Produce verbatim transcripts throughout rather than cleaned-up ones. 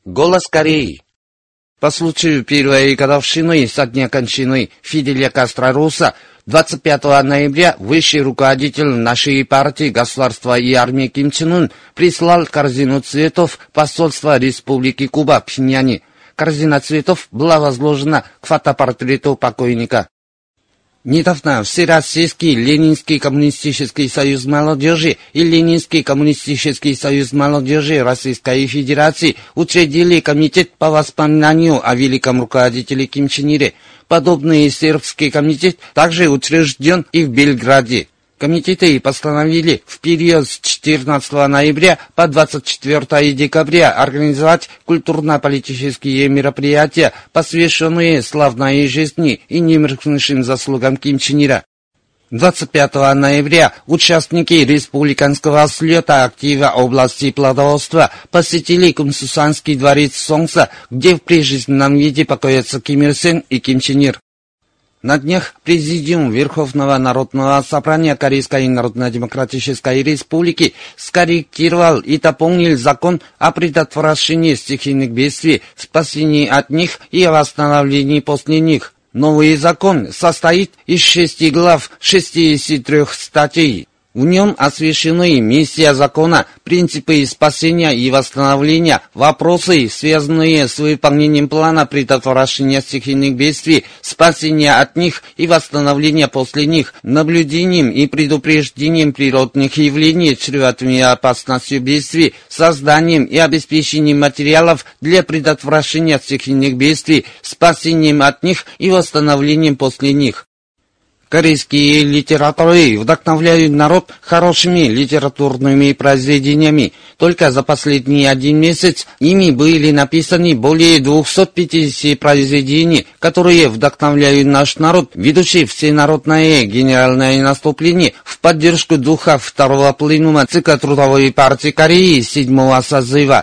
Голос Кореи. По случаю первой годовщины со дня кончины Фиделя Кастро-Руса двадцать пятого ноября высший руководитель нашей партии, государства и армии Ким Чен Ын прислал корзину цветов посольства Республики Куба в Пхеньяне. Корзина цветов была возложена к фотопортрету покойника. Недавно Всероссийский Ленинский коммунистический союз молодежи и Ленинский коммунистический союз молодежи Российской Федерации учредили комитет по воспоминанию о великом руководителе Ким Чен Ире. Подобный сербский комитет также учрежден и в Белграде. Комитеты постановили в период с четырнадцатого ноября по двадцать четвёртое декабря организовать культурно-политические мероприятия, посвященные славной жизни и немеркнувшим заслугам Ким Чен Ира. двадцать пятого ноября участники республиканского слета актива области плодоводства посетили Кумсусанский дворец Солнца, где в прижизненном виде покоятся Ким Ир Сен и Ким Чен Ир. На днях Президиум Верховного Народного Собрания Корейской Народно-Демократической Республики скорректировал и дополнил закон о предотвращении стихийных бедствий, спасении от них и о восстановлении после них. Новый закон состоит из шести глав, шестидесяти трёх статей. В нем освещены миссия закона, принципы спасения и восстановления, вопросы, связанные с выполнением плана предотвращения стихийных бедствий, спасения от них и восстановления после них, наблюдением и предупреждением природных явлений, чреватыми опасностью бедствий, созданием и обеспечением материалов для предотвращения стихийных бедствий, спасением от них и восстановлением после них. Корейские литераторы вдохновляют народ хорошими литературными произведениями. Только за последний один месяц ими были написаны более двухсот пятидесяти произведений, которые вдохновляют наш народ, ведущий всенародное генеральное наступление в поддержку духа второго пленума ЦК Трудовой партии Кореи седьмого созыва.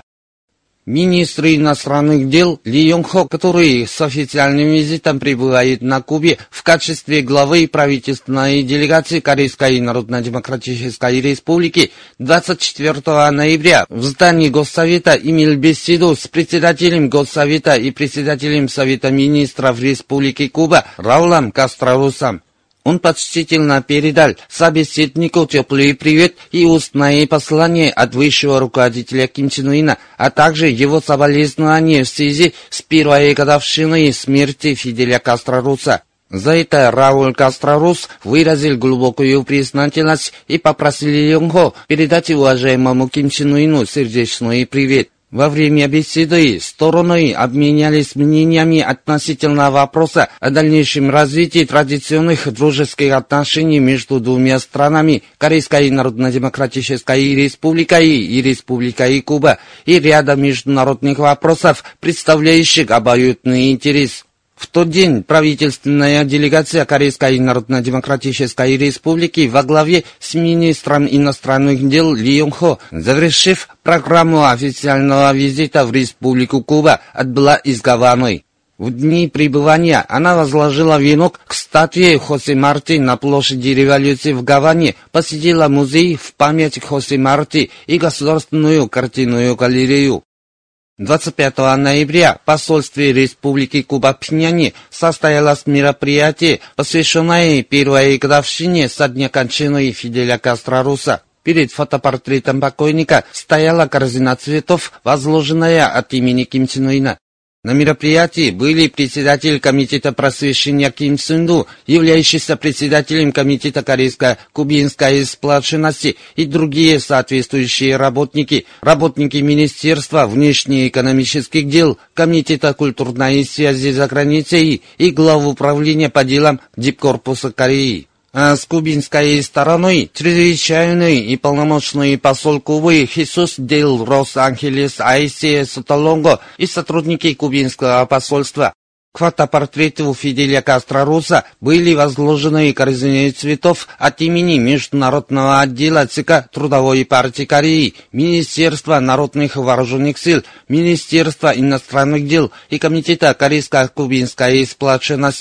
Министр иностранных дел Ли Йонг Хо, который с официальным визитом прибывает на Кубе в качестве главы правительственной делегации Корейской Народно-Демократической Республики, двадцать четвёртого ноября в здании Госсовета имел беседу с председателем Госсовета и председателем Совета министров Республики Куба Раулом Кастро-Русом. Он почтительно передал собеседнику теплый привет и устное послание от высшего руководителя Ким Чен Ына, а также его соболезнования в связи с первой годовщиной смерти Фиделя Кастро-Руса. За это Рауль Кастро-Рус выразил глубокую признательность и попросил Йонг-Хо передать уважаемому Ким Чен Ыну сердечный привет. Во время беседы стороны обменялись мнениями относительно вопроса о дальнейшем развитии традиционных дружеских отношений между двумя странами, Корейской Народно-Демократической Республикой и Республикой Куба, и ряда международных вопросов, представляющих обоюдный интерес. В тот день правительственная делегация Корейской Народно-Демократической Республики во главе с министром иностранных дел Ли Йонг Хо, завершив программу официального визита в Республику Куба, отбыла из Гаваны. В дни пребывания она возложила венок к статуе Хосе Марти на площади Революции в Гаване, посетила музей в память Хосе Марти и государственную картинную галерею. двадцать пятого ноября в посольстве Республики Куба в Пхеньяне состоялось мероприятие, посвященное первой годовщине со дня кончины Фиделя Кастро-Руса. Перед фотопортретом покойника стояла корзина цветов, возложенная от имени Ким Чен Ына. На мероприятии были председатель комитета просвещения Ким Сун-ду, являющийся председателем комитета корейско-кубинской сплоченности и другие соответствующие работники, работники Министерства внешнеэкономических дел, комитета культурной связи за границей и главуправления по делам Дипкорпуса Кореи. А с кубинской стороной чрезвычайный и полномочный посол Кубы Хисус Дейл Рос-Анхелес Айсе Сотолонго и сотрудники кубинского посольства. К фотопортрету Фиделя Кастро-Руса были возложены корзины цветов от имени Международного отдела ЦК Трудовой партии Кореи, Министерства народных вооруженных сил, Министерства иностранных дел и Комитета корейско-кубинской сплоченности.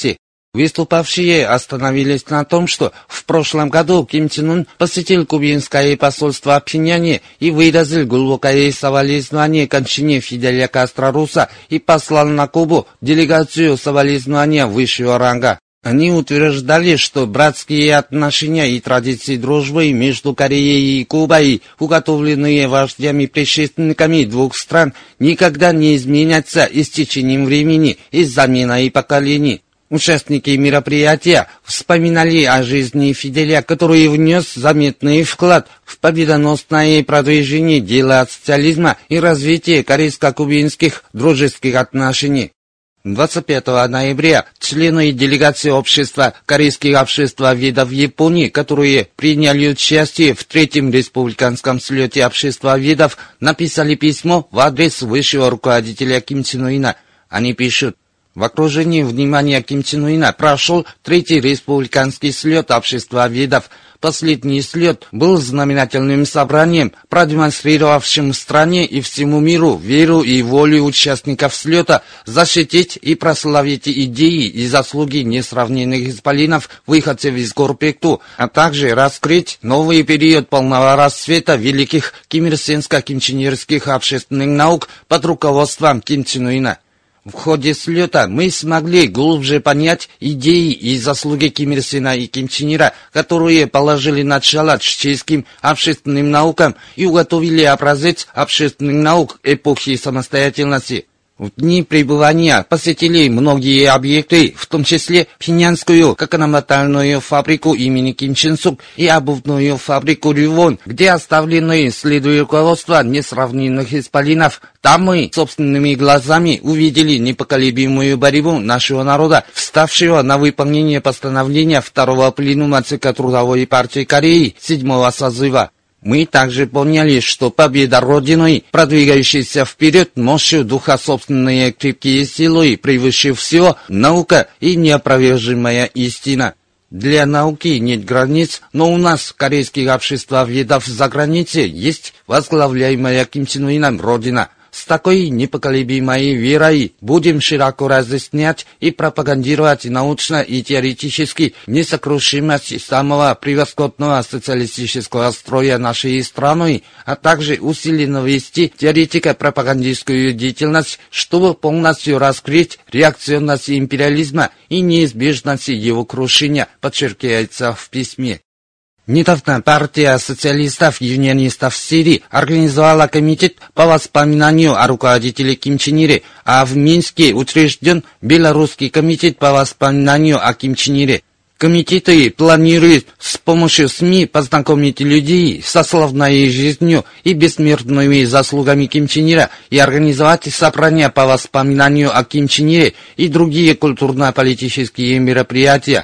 Выступавшие остановились на том, что в прошлом году Ким Чен Ын посетил кубинское посольство в Пхеньяне и выразил глубокое соболезнование кончине Фиделя Кастро Руса и послал на Кубу делегацию соболезнования высшего ранга. Они утверждали, что братские отношения и традиции дружбы между Кореей и Кубой, уготовленные вождями-предшественниками двух стран, никогда не изменятся и с течением времени и с заменой поколений. Участники мероприятия вспоминали о жизни Фиделя, который внес заметный вклад в победоносное продвижение дела социализма и развитие корейско-кубинских дружеских отношений. двадцать пятого ноября члены делегации общества корейских обществоведов Японии, которые приняли участие в третьем республиканском слете обществоведов, написали письмо в адрес высшего руководителя Ким Чен Ына. Они пишут: в окружении внимания Ким Чен Ына прошел третий республиканский слет обществоведов. Последний слет был знаменательным собранием, продемонстрировавшим стране и всему миру веру и волю участников слета защитить и прославить идеи и заслуги несравненных исполинов, выходцев из Горпекту, а также раскрыть новый период полного расцвета великих кимирсенско-кимченерских общественных наук под руководством Ким Чен Ына. В ходе слета мы смогли глубже понять идеи и заслуги Ким Ир Сена и Ким Чен Ира, которые положили начало чеченским общественным наукам и уготовили образец общественных наук эпохи самостоятельности. В дни пребывания посетили многие объекты, в том числе Пхеньянскую кокономатальную фабрику имени Ким Чен Сук и обувную фабрику Рювон, где оставлены следы руководства несравненных исполинов. Там мы собственными глазами увидели непоколебимую борьбу нашего народа, вставшего на выполнение постановления второго пленума ЦК Трудовой партии Кореи седьмого созыва. Мы также поняли, что победа Родиной, продвигающаяся вперед мощью духа собственные крепкие силы, превыше всего наука и неопровержимая истина. Для науки нет границ, но у нас, корейских обществоведов за границей, есть возглавляемая Ким Чен Ыном Родина. С такой непоколебимой верой будем широко разъяснять и пропагандировать научно и теоретически несокрушимость самого превосходного социалистического строя нашей страны, а также усиленно вести теоретико-пропагандистскую деятельность, чтобы полностью раскрыть реакционность империализма и неизбежность его крушения, подчеркивается в письме. Недавно партия социалистов-юнионистов Сирии организовала комитет по воспоминанию о руководителе Ким Чен Ире, а в Минске учрежден Белорусский комитет по воспоминанию о Ким Чен Ире. Комитеты планируют с помощью СМИ познакомить людей со славной жизнью и бессмертными заслугами Ким Чен Ира и организовать собрания по воспоминанию о Ким Чен Ире и другие культурно-политические мероприятия.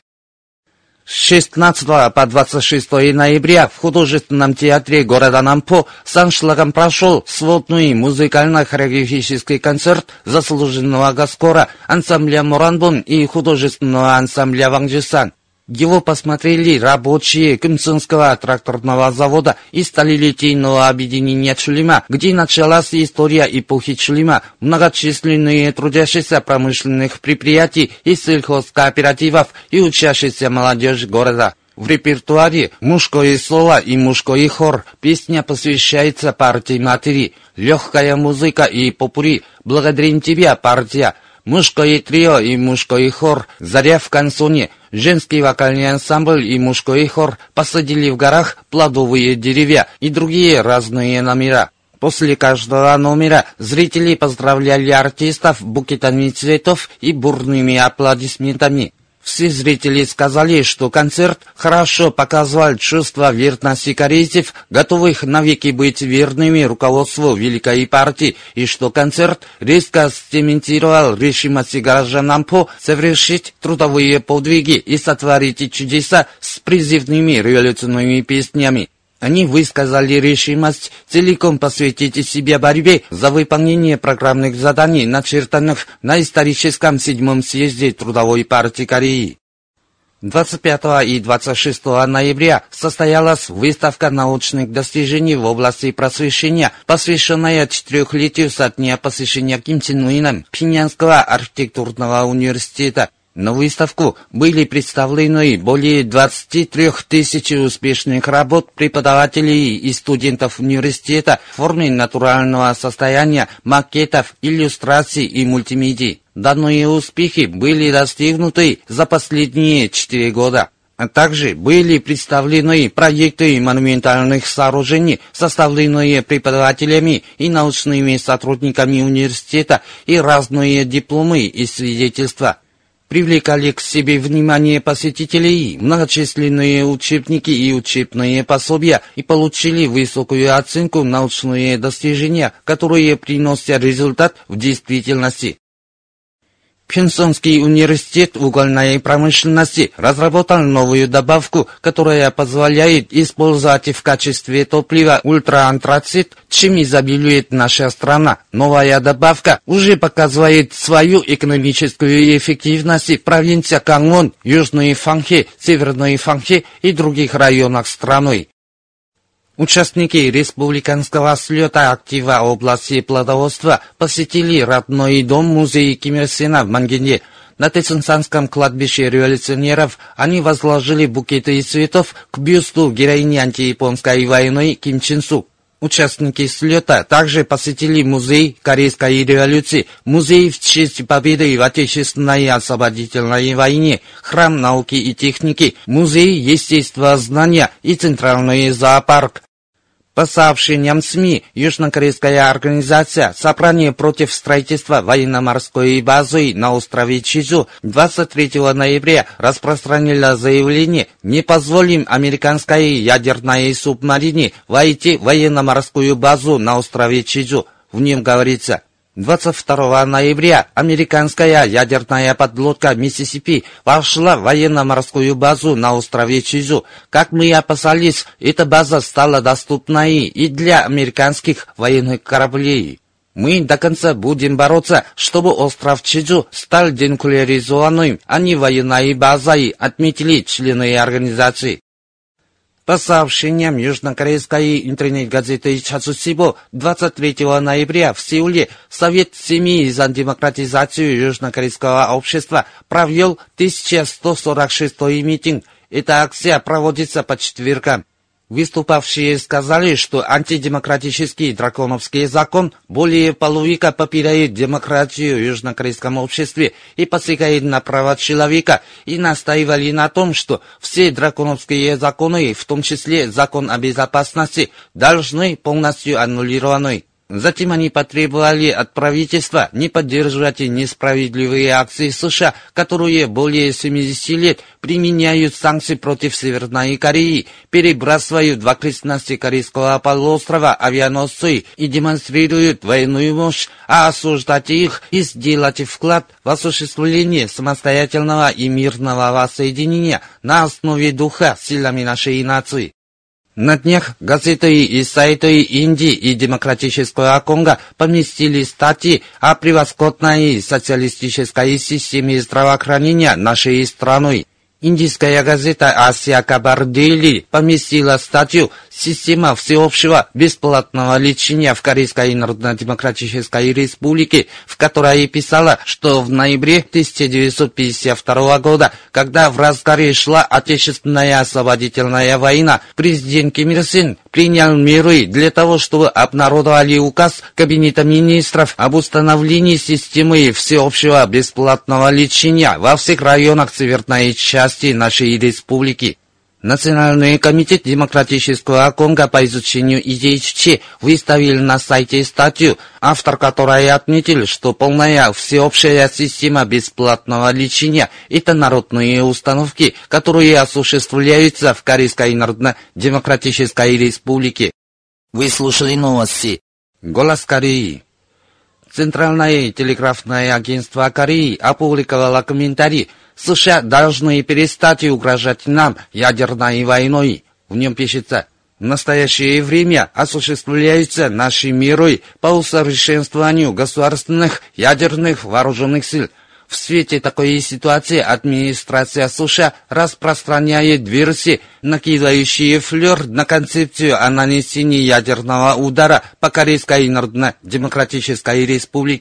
С шестнадцатого по двадцать шестое ноября в художественном театре города Нампо с аншлагом прошел сводный музыкально-хореографический концерт заслуженного госкора ансамбля Моранбон и художественного ансамбля Вангжисан. Его посмотрели рабочие Кымцинского тракторного завода и сталелитейного объединения Чулима, где началась история эпохи Чулима, многочисленные трудящиеся промышленных предприятий и сельхозкооперативов и учащаяся молодежь города. В репертуаре мужское соло и мужской хор, песня посвящается партии матери, легкая музыка и попури, благодарим тебя, партия, мужское трио и мужской хор, заря в канцоне, женский вокальный ансамбль и мужской хор посадили в горах плодовые деревья и другие разные номера. После каждого номера зрители поздравляли артистов букетами цветов и бурными аплодисментами. Все зрители сказали, что концерт хорошо показывал чувство верности корейцев, готовых навеки быть верными руководству Великой партии, и что концерт резко стементировал решимость горожан Нампо совершить трудовые подвиги и сотворить чудеса с призывными революционными песнями. Они высказали решимость целиком посвятить себе борьбе за выполнение программных заданий, начертанных на историческом седьмом съезде Трудовой партии Кореи. двадцать пятого и двадцать шестого ноября состоялась выставка научных достижений в области просвещения, посвященная четырехлетию со дня посещения Ким Чен Ыном Пхеньянского архитектурного университета. На выставку были представлены более двадцати трёх тысяч успешных работ преподавателей и студентов университета в форме натурального состояния, макетов, иллюстраций и мультимедий. Данные успехи были достигнуты за последние четыре года. А также были представлены проекты монументальных сооружений, составленные преподавателями и научными сотрудниками университета, и разные дипломы и свидетельства. Привлекали к себе внимание посетителей многочисленные учебники и учебные пособия и получили высокую оценку научные достижения, которые приносят результат в действительности. Пхенсонский университет угольной промышленности разработал новую добавку, которая позволяет использовать в качестве топлива ультраантрацит, чем изобилует наша страна. Новая добавка уже показывает свою экономическую эффективность в провинциях Гангвон, Южной Фанхе, Северной Фанхе и других районах страны. Участники республиканского слета актива области плодоводства посетили родной дом-музей Ким Ир Сена в Мангине. На Тэцинсанском кладбище революционеров они возложили букеты из цветов к бюсту героини антияпонской войны Ким Чен Су. Участники слета также посетили музей Корейской революции, музей в честь победы в Отечественной освободительной войне, храм науки и техники, музей естествознания и центральный зоопарк. По сообщениям СМИ, южнокорейская организация «Собрание против строительства военно-морской базы на острове Чжучжу» двадцать третьего ноября распространила заявление «Не позволим американской ядерной субмарине войти в военно-морскую базу на острове Чжучжу». В нем говорится: двадцать второго ноября американская ядерная подлодка «Миссисипи» вошла в военно-морскую базу на острове Чжучжу. Как мы опасались, эта база стала доступной и для американских военных кораблей. Мы до конца будем бороться, чтобы остров Чжучжу стал денуклеаризованным, а не военной базой, отметили члены организации. По сообщениям южнокорейской интернет-газеты Часусибо, двадцать третьего ноября в Сеуле Совет семьи за демократизацию южнокорейского общества провел тысяча сто сорок шестой митинг. Эта акция проводится по четвергам. Выступавшие сказали, что антидемократический драконовский закон более полувека попирает демократию в южнокорейском обществе и посягает на права человека, и настаивали на том, что все драконовские законы, в том числе закон о безопасности, должны полностью аннулированы. Затем они потребовали от правительства не поддерживать несправедливые акции США, которые более семидесяти лет применяют санкции против Северной Кореи, перебрасывают в окрестности Корейского полуострова авианосцы и демонстрируют военную мощь, а осуждать их и сделать вклад в осуществление самостоятельного и мирного воссоединения на основе духа силами нашей нации. На днях газеты и сайты Индии и Демократического Конго поместили статьи о превосходной социалистической системе здравоохранения нашей страны. Индийская газета «Асия Кабар Дейли» поместила статью «Система всеобщего бесплатного лечения в Корейской Народно-Демократической Республике», в которой писала, что в ноябре тысяча девятьсот пятьдесят второго года, когда в разгаре шла Отечественная освободительная война, президент Ким Ир Сен принял меры для того, чтобы обнародовали указ Кабинета министров об установлении системы всеобщего бесплатного лечения во всех районах северной части нашей республики. Национальный комитет Демократического Конго по изучению идей ЧЧ выставил на сайте статью, автор которой отметил, что полная всеобщая система бесплатного лечения – это народные установки, которые осуществляются в Корейской Народно-Демократической Республике. Вы слушали новости. Голос Кореи. Центральное телеграфное агентство Кореи опубликовало комментарий: США должны перестать угрожать нам ядерной войной. В нем пишется: в настоящее время осуществляются наши меры по усовершенствованию государственных ядерных вооруженных сил. В свете такой ситуации администрация США распространяет версии, накидывающие флёр на концепцию о нанесении ядерного удара по Корейской Народно-Демократической Республике.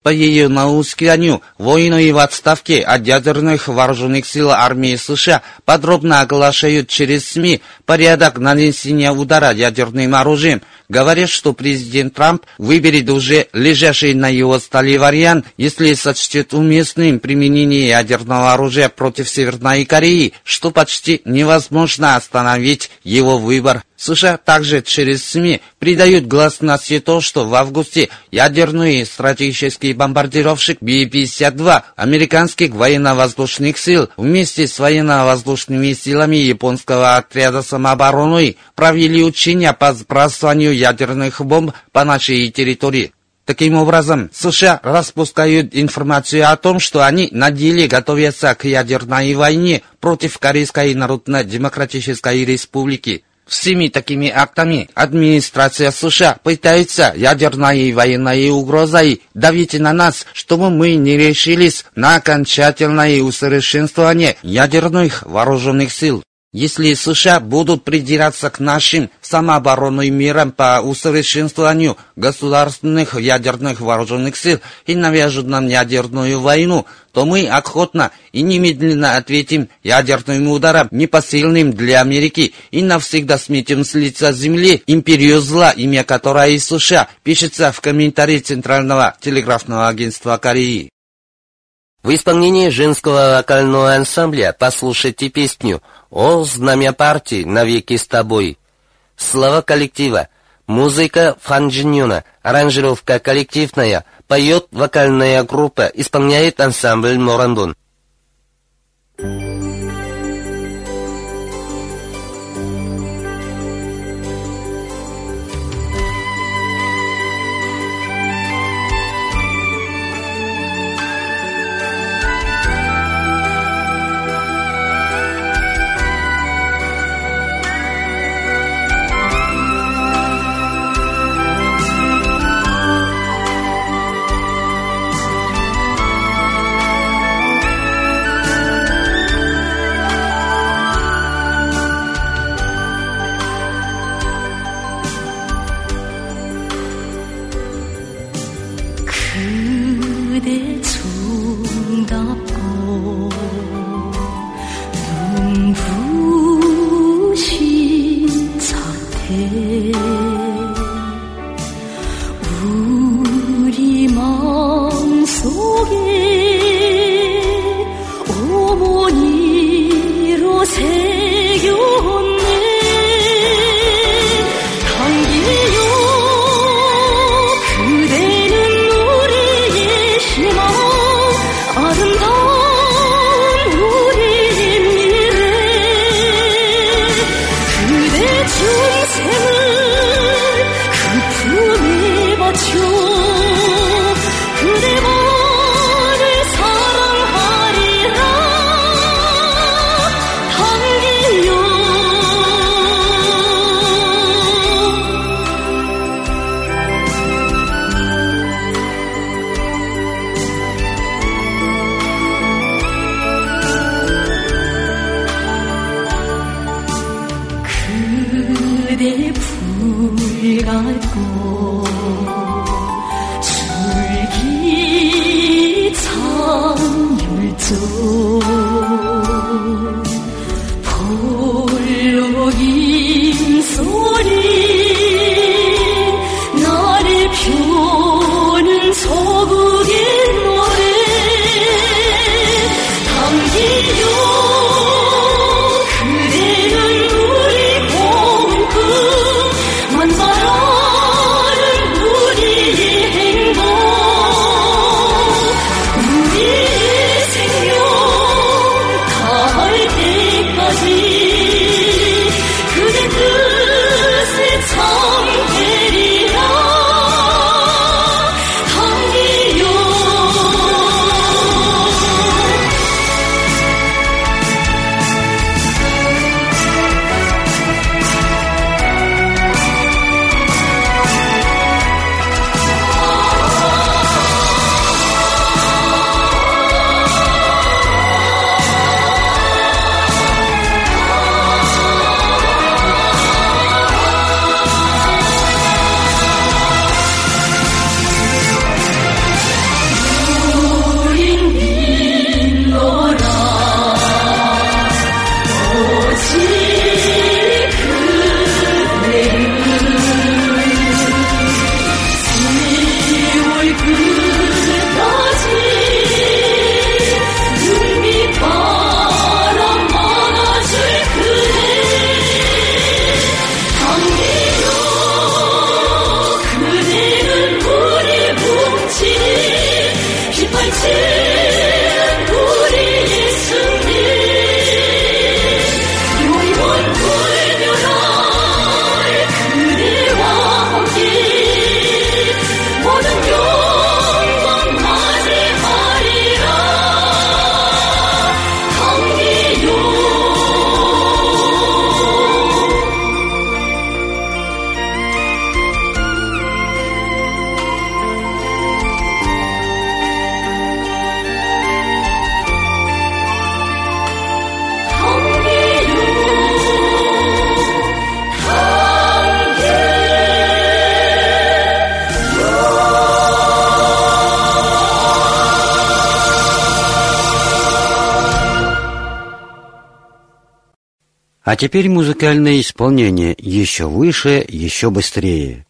По ее наускиванию, воины в отставке от ядерных вооруженных сил армии США подробно оглашают через СМИ порядок нанесения удара ядерным оружием. Говорят, что президент Трамп выберет уже лежащий на его столе вариант, если сочтет уместным применение ядерного оружия против Северной Кореи, что почти невозможно остановить его выбор. США также через СМИ придают гласности то, что в августе ядерный стратегический бомбардировщик Би пятьдесят два американских военно-воздушных сил вместе с военно-воздушными силами японского отряда самообороны провели учения по сбрасыванию ядерных бомб по нашей территории. Таким образом, США распускают информацию о том, что они на деле готовятся к ядерной войне против Корейской Народно-Демократической Республики. Всеми такими актами администрация США пытается ядерной военной угрозой давить на нас, чтобы мы не решились на окончательное усовершенствование ядерных вооруженных сил. Если США будут придираться к нашим самооборонным мерам по усовершенствованию государственных ядерных вооруженных сил и навяжут нам ядерную войну, то мы охотно и немедленно ответим ядерным ударом, непосильным для Америки, и навсегда сметем с лица земли империю зла, имя которой США, пишется в комментарии Центрального телеграфного агентства Кореи. В исполнении женского вокального ансамбля послушайте песню «О, знамя партии, навеки с тобой». Слова коллектива. Музыка Фан Джин Юна. Аранжировка коллективная. Поет вокальная группа. Исполняет ансамбль Моранбун. 그대 정답고 눈부신 사태 우리 마음속에 어머니로 새겼네. 향기여 그대는 우리의 희망 아름다운 А теперь музыкальное исполнение еще выше, еще быстрее.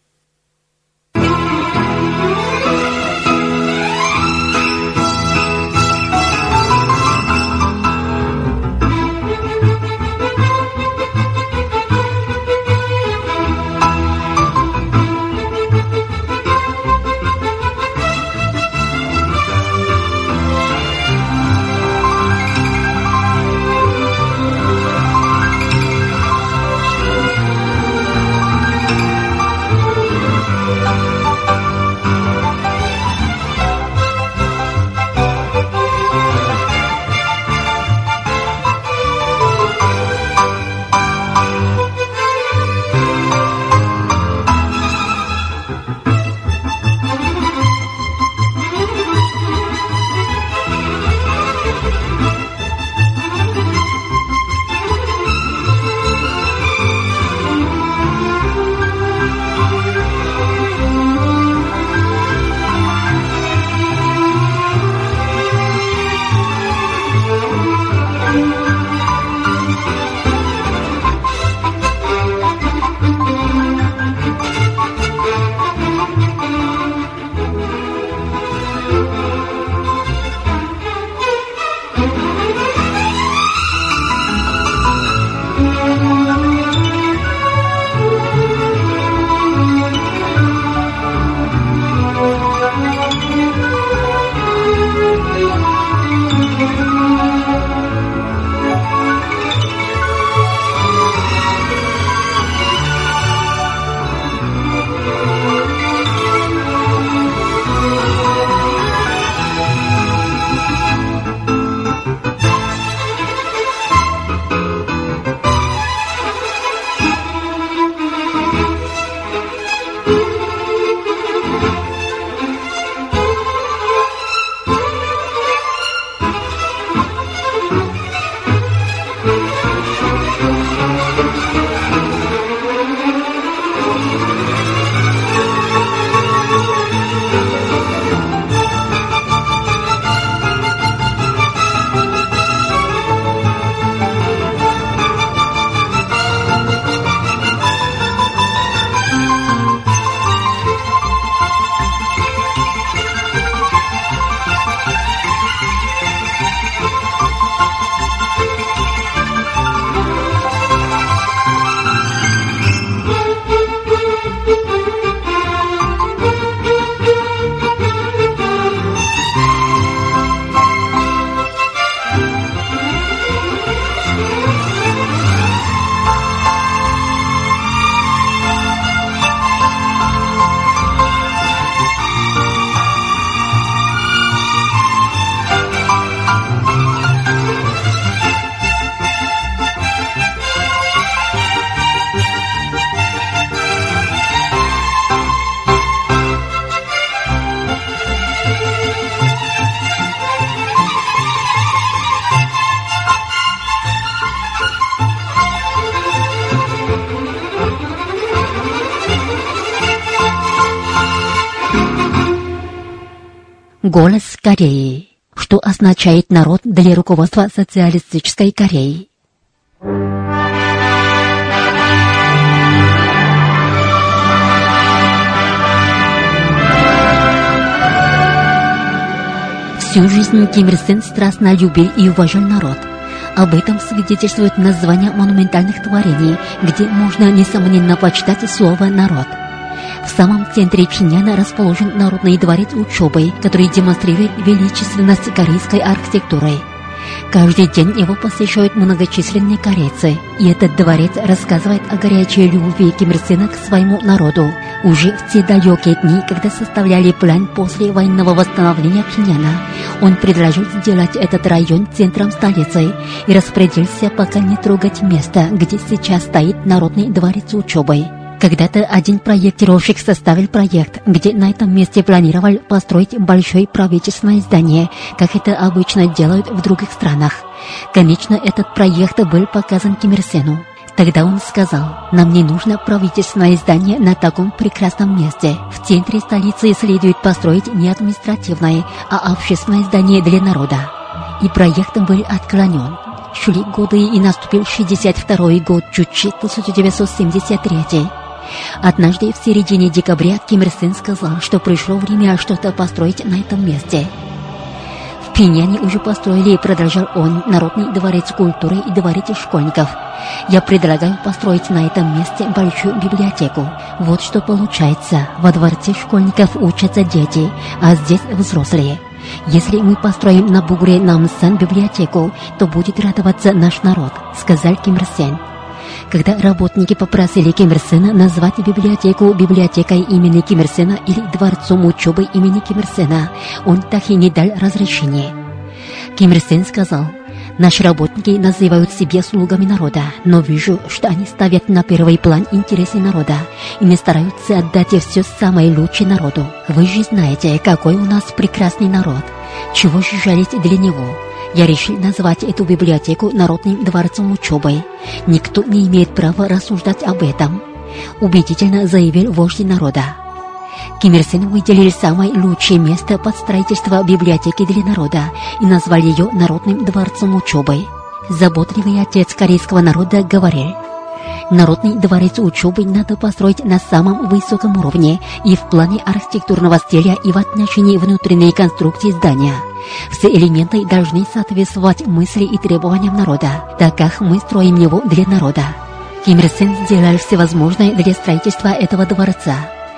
Голос Кореи. Что означает народ для руководства социалистической Кореи? Всю жизнь Ким Ир Сен страстно любил и уважал народ. Об этом свидетельствует название монументальных творений, где можно, несомненно, почитать слово «народ». В самом центре Пхеньяна расположен Народный дворец учебы, который демонстрирует величественность корейской архитектуры. Каждый день его посещают многочисленные корейцы, и этот дворец рассказывает о горячей любви Ким Ир Сена к своему народу. Уже в те далекие дни, когда составляли план после военного восстановления Пхеньяна, он предложил сделать этот район центром столицы и распорядился пока не трогать место, где сейчас стоит Народный дворец учебы. Когда-то один проектировщик составил проект, где на этом месте планировал построить большое правительственное здание, как это обычно делают в других странах. Конечно, этот проект был показан Ким Ир Сену. Тогда он сказал: «Нам не нужно правительственное здание на таком прекрасном месте. В центре столицы следует построить не административное, а общественное здание для народа». И проект был отклонен. Шли годы, и наступил шестьдесят второй год Чучи, тысяча девятьсот семьдесят третий. Однажды в середине декабря Ким Ир Сен сказал, что пришло время что-то построить на этом месте. В Пиняне уже построили, продолжал он, Народный дворец культуры и дворец школьников. Я предлагаю построить на этом месте большую библиотеку. Вот что получается. Во дворце школьников учатся дети, а здесь взрослые. Если мы построим на бугре Намсан библиотеку, то будет радоваться наш народ, сказал Ким Ир Сен. Когда работники попросили Ким Ир Сена назвать библиотеку библиотекой имени Ким Ир Сена или дворцом учебы имени Ким Ир Сена, он так и не дал разрешения. Ким Ир Сен сказал: «Наши работники называют себя слугами народа, но вижу, что они ставят на первый план интересы народа и не стараются отдать все самое лучшее народу. Вы же знаете, какой у нас прекрасный народ. Чего же жалеть для него? Я решил назвать эту библиотеку Народным дворцом учебы. Никто не имеет права рассуждать об этом», — убедительно заявил вождь народа. Ким Ир Сен выделил самое лучшее место под строительство библиотеки для народа и назвал ее Народным дворцом учебы. Заботливый отец корейского народа говорил: «Народный дворец учебы надо построить на самом высоком уровне и в плане архитектурного стиля, и в отношении внутренней конструкции здания. Все элементы должны соответствовать мысли и требованиям народа, так как мы строим его для народа». Ким Ир Сен сделал всевозможное для строительства этого дворца.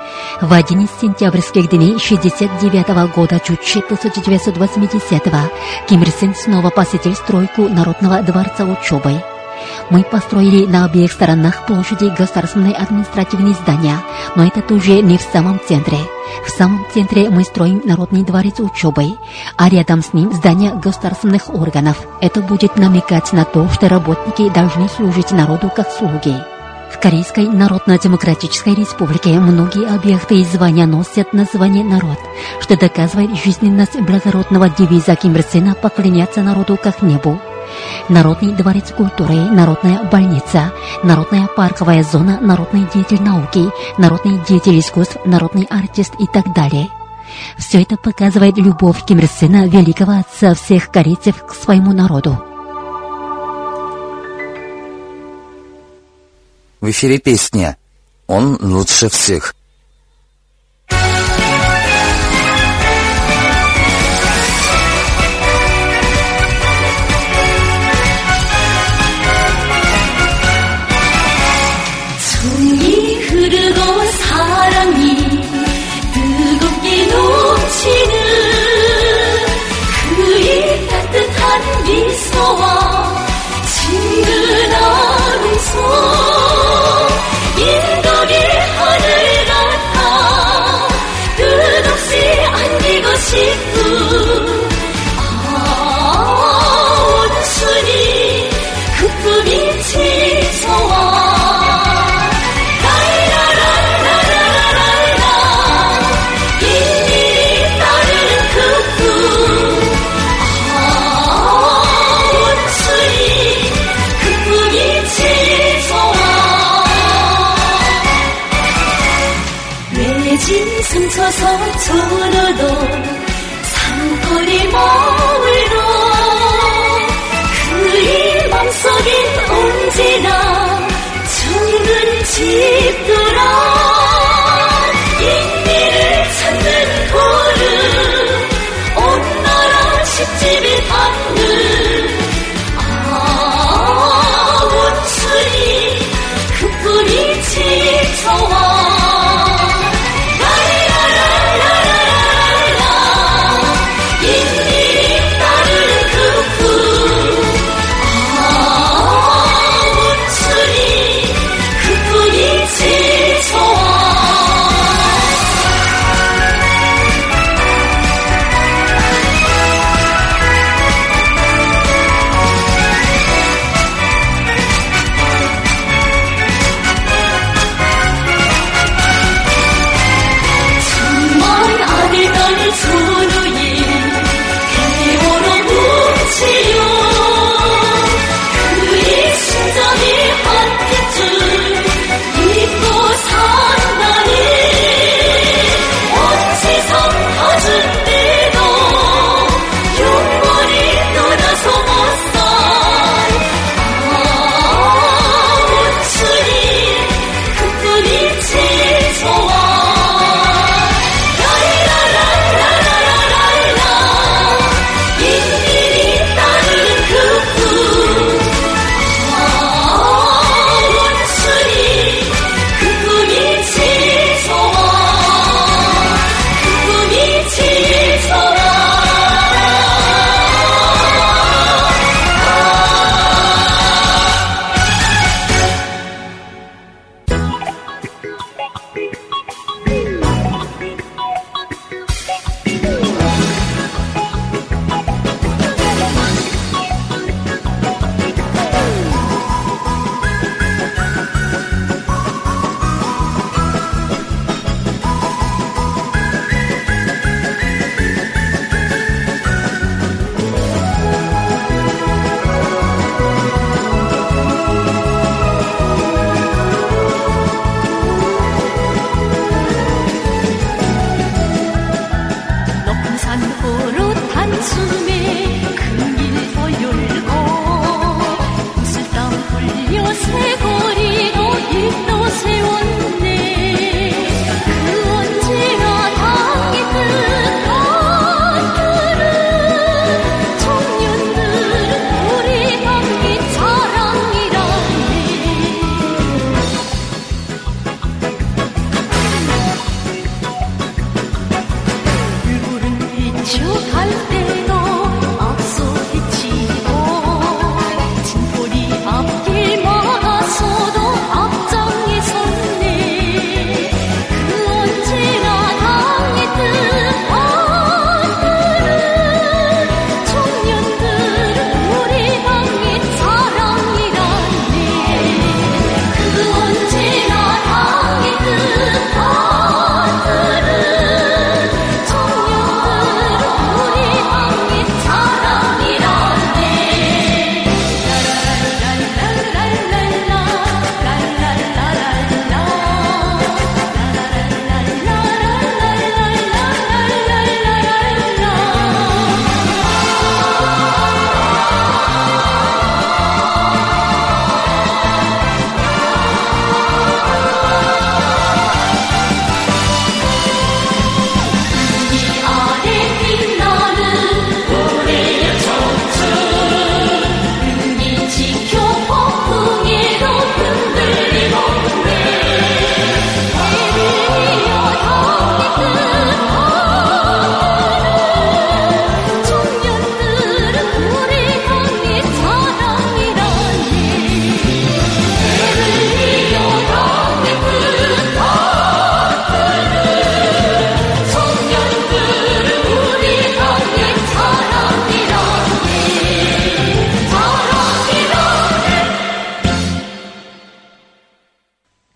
В один из сентябрьских дней шестьдесят девятого года Чучи тысяча девятьсот восьмидесятого Ким Ир Сен снова посетил стройку Народного дворца учебы. «Мы построили на обеих сторонах площади государственные административные здания, но это тоже не в самом центре. В самом центре мы строим Народный дворец учебы, а рядом с ним здания государственных органов. Это будет намекать на то, что работники должны служить народу как слуги». В Корейской Народно-Демократической Республике многие объекты и звания носят название «народ», что доказывает жизненность благородного девиза Ким Ир Сена «поклоняться народу как небу». Народный дворец культуры, Народная больница, Народная парковая зона, Народный деятель науки, Народный деятель искусств, Народный артист и так далее. Все это показывает любовь Ким Ир Сена, великого отца всех корейцев, к своему народу. В эфире песня «Он лучше всех». 숨이 흐르고 사랑이 뜨겁게 넘치는 그의 따뜻한 미소와 친근한 음성, 인덕의 하늘 같아 끝없이 안기고 싶은 아 온순히 그 꿈이 지쳐와 승쳐서 저러도 산거리 마을로 그의 맘속엔 언제나 정든 집더라. 인미를 찾는 걸음 온 나라 십집이 닿는 아 온순히 그 꿈이 지쳐와 see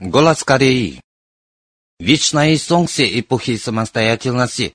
«Голос Кореи». Вечное солнце эпохи самостоятельности.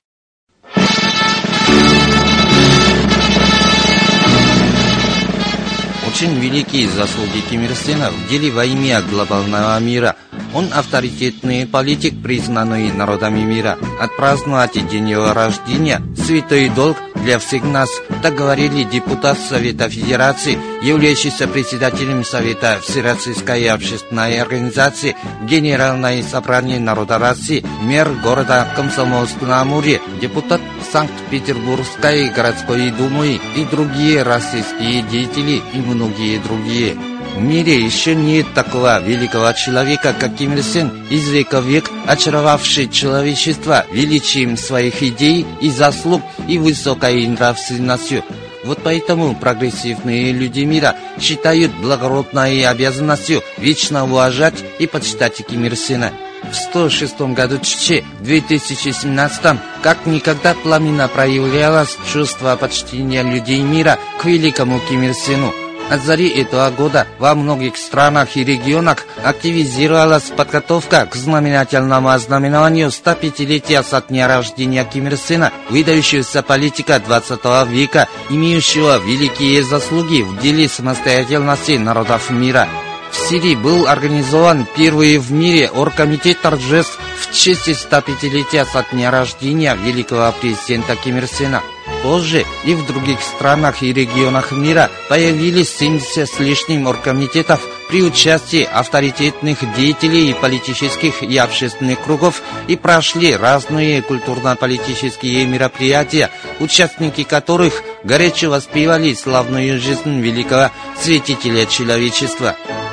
Очень великие заслуги Ким Ир Сена в деле во имя глобального мира. Он авторитетный политик, признанный народами мира. Отпраздновать день его рождения – святой долг для всех нас, так говорили депутат Совета Федерации, являющийся председателем Совета Всероссийской общественной организации, Генеральное собрание народа России, мэр города Комсомольск-на-Амуре, депутат Санкт-Петербургской городской думы и другие российские деятели и многие другие. В мире еще нет такого великого человека, как Ким Ир Сен, из века в век очаровавший человечество величием своих идей и заслуг и высокой нравственностью. Вот поэтому прогрессивные люди мира считают благородной обязанностью вечно уважать и почитать Ким Ир Сена. В сто шестом году Чичи, две тысячи семнадцатом, как никогда пламенно проявлялось чувство почтения людей мира к великому Ким Ир Сену. От зари этого года во многих странах и регионах активизировалась подготовка к знаменательному ознаменованию сто пятилетия со дня рождения Ким Ир Сена, выдающегося политика двадцатого века, имеющего великие заслуги в деле самостоятельности народов мира. В Сирии был организован первый в мире оргкомитет торжеств в честь сто пятилетия со дня рождения великого президента Ким Ир Сена. Позже и в других странах и регионах мира появились семьдесят с лишним оргкомитетов при участии авторитетных деятелей политических и общественных кругов и прошли разные культурно-политические мероприятия, участники которых горячо воспевали славную жизнь великого святителя человечества.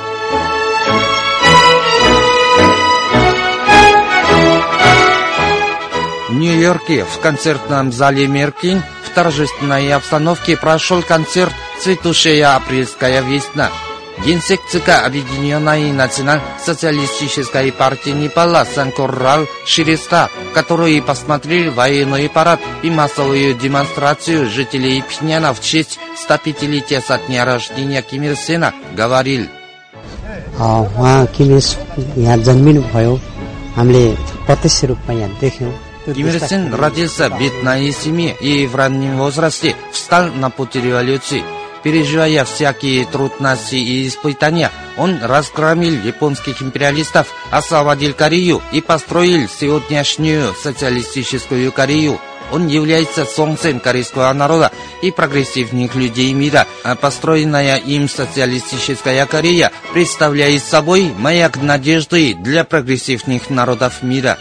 В Нью-Йорке в концертном зале Меркин в торжественной обстановке прошел концерт «Цветущая апрельская весна». Генсек ЦК Объединенной национал-социалистической партии Непала Санкоррал Ширеста, который посмотрел военный парад и массовую демонстрацию жителей Пхеньяна в честь сто пятилетия со дня рождения Ким Ир Сена, говорил: Ким Ир Сен родился в бедной семье и в раннем возрасте встал на путь революции. Переживая всякие трудности и испытания, он разгромил японских империалистов, освободил Корею и построил сегодняшнюю социалистическую Корею. Он является солнцем корейского народа и прогрессивных людей мира, а построенная им социалистическая Корея представляет собой маяк надежды для прогрессивных народов мира.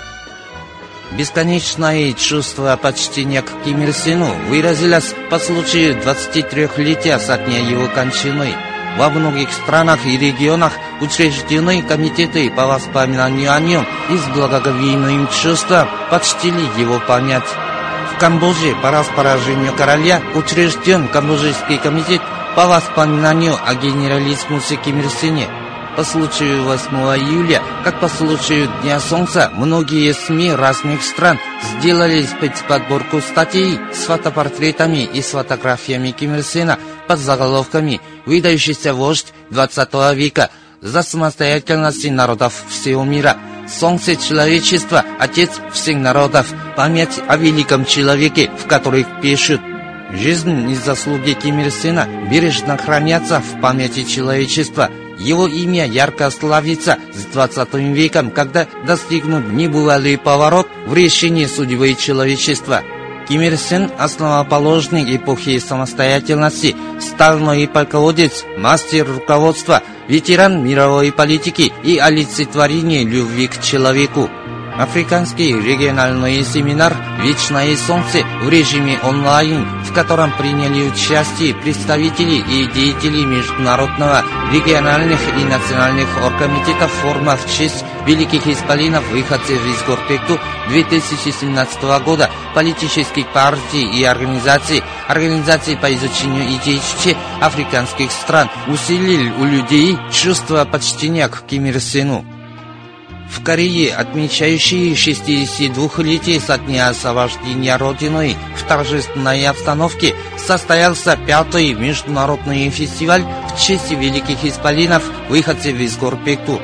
Бесконечное чувство почтения к Ким Ир Сену выразилось по случаю двадцатитрёхлетия со дня его кончины. Во многих странах и регионах учреждены комитеты по воспоминанию о нем и с благоговейным чувством почтили его память. В Камбодже по распоряжению короля учрежден Камбоджийский комитет по воспоминанию о генералиссимусе Ким Ир Сене. По случаю восьмого июля, как по случаю Дня Солнца, многие СМИ разных стран сделали спецподборку статей с фотопортретами и с фотографиями Ким Ир Сена под заголовками «Выдающийся вождь двадцатого века, за самостоятельность народов всего мира, солнце человечества, отец всех народов, память о великом человеке», в которых пишут: «Жизнь и заслуги Ким Ир Сена бережно хранятся в памяти человечества. Его имя ярко славится с двадцатым веком, когда достигнут небывалый поворот в решении судьбы человечества. Ким Ир Сен – основоположник эпохи самостоятельности, стальной полководец, мастер руководства, ветеран мировой политики и олицетворение любви к человеку». Африканский региональный семинар «Вечное солнце» в режиме онлайн, в котором приняли участие представители и деятели международного, региональных и национальных оргкомитетов форума в честь великих исполинов выходцев из Горпекту две тысячи семнадцатого года, политических партий и организаций, организаций по изучению идей Чичи африканских стран, усилил у людей чувство почтения к Ким Ир Сену. В Корее, отмечающей шестидесятидвухлетие со дня освобождения Родины, в торжественной обстановке состоялся пятый международный фестиваль в честь великих исполинов выходцев из Горпекту.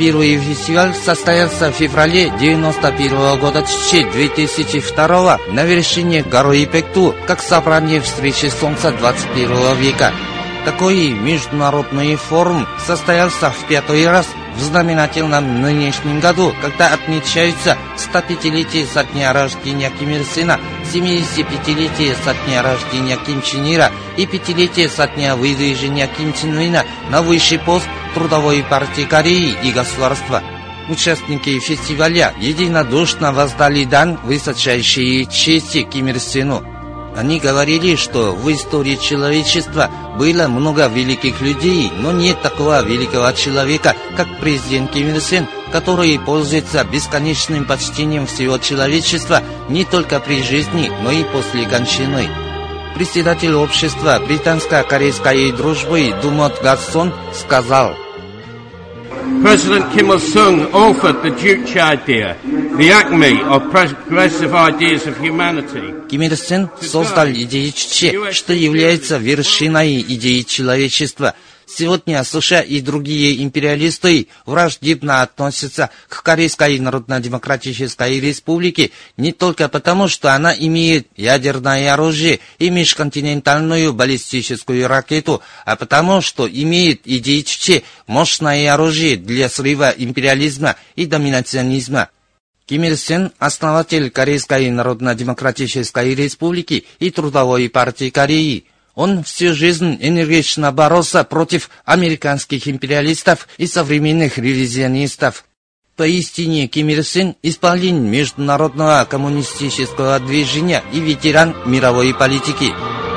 первый фестиваль состоялся в феврале девяносто первого года две тысячи второго на вершине горы Ипэкту, как собрание встречи Солнца двадцать первого века. Такой международный форум состоялся в пятый раз в знаменательном нынешнем году, когда отмечаются стопятилетие со дня рождения Ким Ир Сена, семидесятипятилетие со дня рождения Ким Чен Ира и пятилетие со дня выдвижения Ким Чен Ына на высший пост Трудовой партии Кореи и государства. Участники фестиваля единодушно воздали дань высочайшей чести Ким Ир Сену. Они говорили, что в истории человечества было много великих людей, но нет такого великого человека, как президент Ким Ир Сен, который пользуется бесконечным почтением всего человечества не только при жизни, но и после кончины. Председатель общества британско-корейской дружбы Думот Гассон сказал: President Kim Il-sung authored the Juche idea, the acme of progressive ideas of humanity. Ким Ир Сен создал идею Чуче, что является вершиной идеи человечества. Сегодня США и другие империалисты враждебно относятся к Корейской Народно-Демократической Республике не только потому, что она имеет ядерное оружие и межконтинентальную баллистическую ракету, а потому, что имеет идеи Чуче мощное оружие для срыва империализма и доминационизма. Ким Ир Сен – основатель Корейской Народно-Демократической Республики и Трудовой партии Кореи. Он всю жизнь энергично боролся против американских империалистов и современных ревизионистов. Поистине Ким Ир Сен – исполнитель международного коммунистического движения и ветеран мировой политики.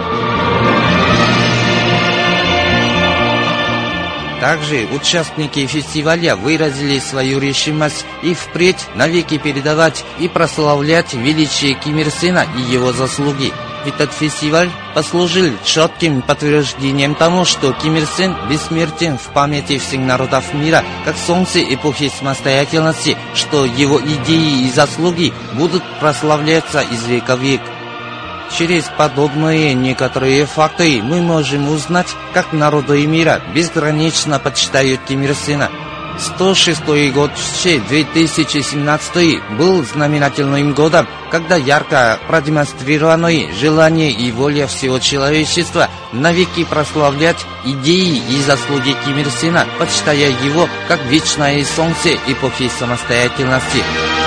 Также участники фестиваля выразили свою решимость и впредь навеки передавать и прославлять величие Ким Ир Сена и его заслуги. Этот фестиваль послужил четким подтверждением тому, что Ким Ир Сен бессмертен в памяти всех народов мира, как солнце эпохи самостоятельности, что его идеи и заслуги будут прославляться из века в век. Через подобные некоторые факты мы можем узнать, как народы мира безгранично почитают Ким Ир Сена. сто шестой год, две тысячи семнадцатый, был знаменательным годом, когда ярко продемонстрированы желание и воля всего человечества навеки прославлять идеи и заслуги Ким Ир Сена, почитая его как вечное солнце эпохи самостоятельности.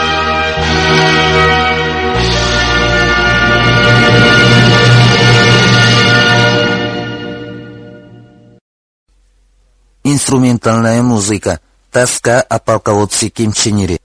Инструментальная музыка. Тоска о полководце Ким Чен Ире.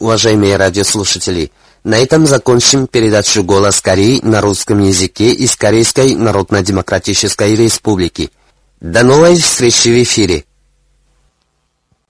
уважаемые радиослушатели, на этом закончим передачу «Голос Кореи» на русском языке из Корейской Народно-Демократической Республики. До новой встречи в эфире.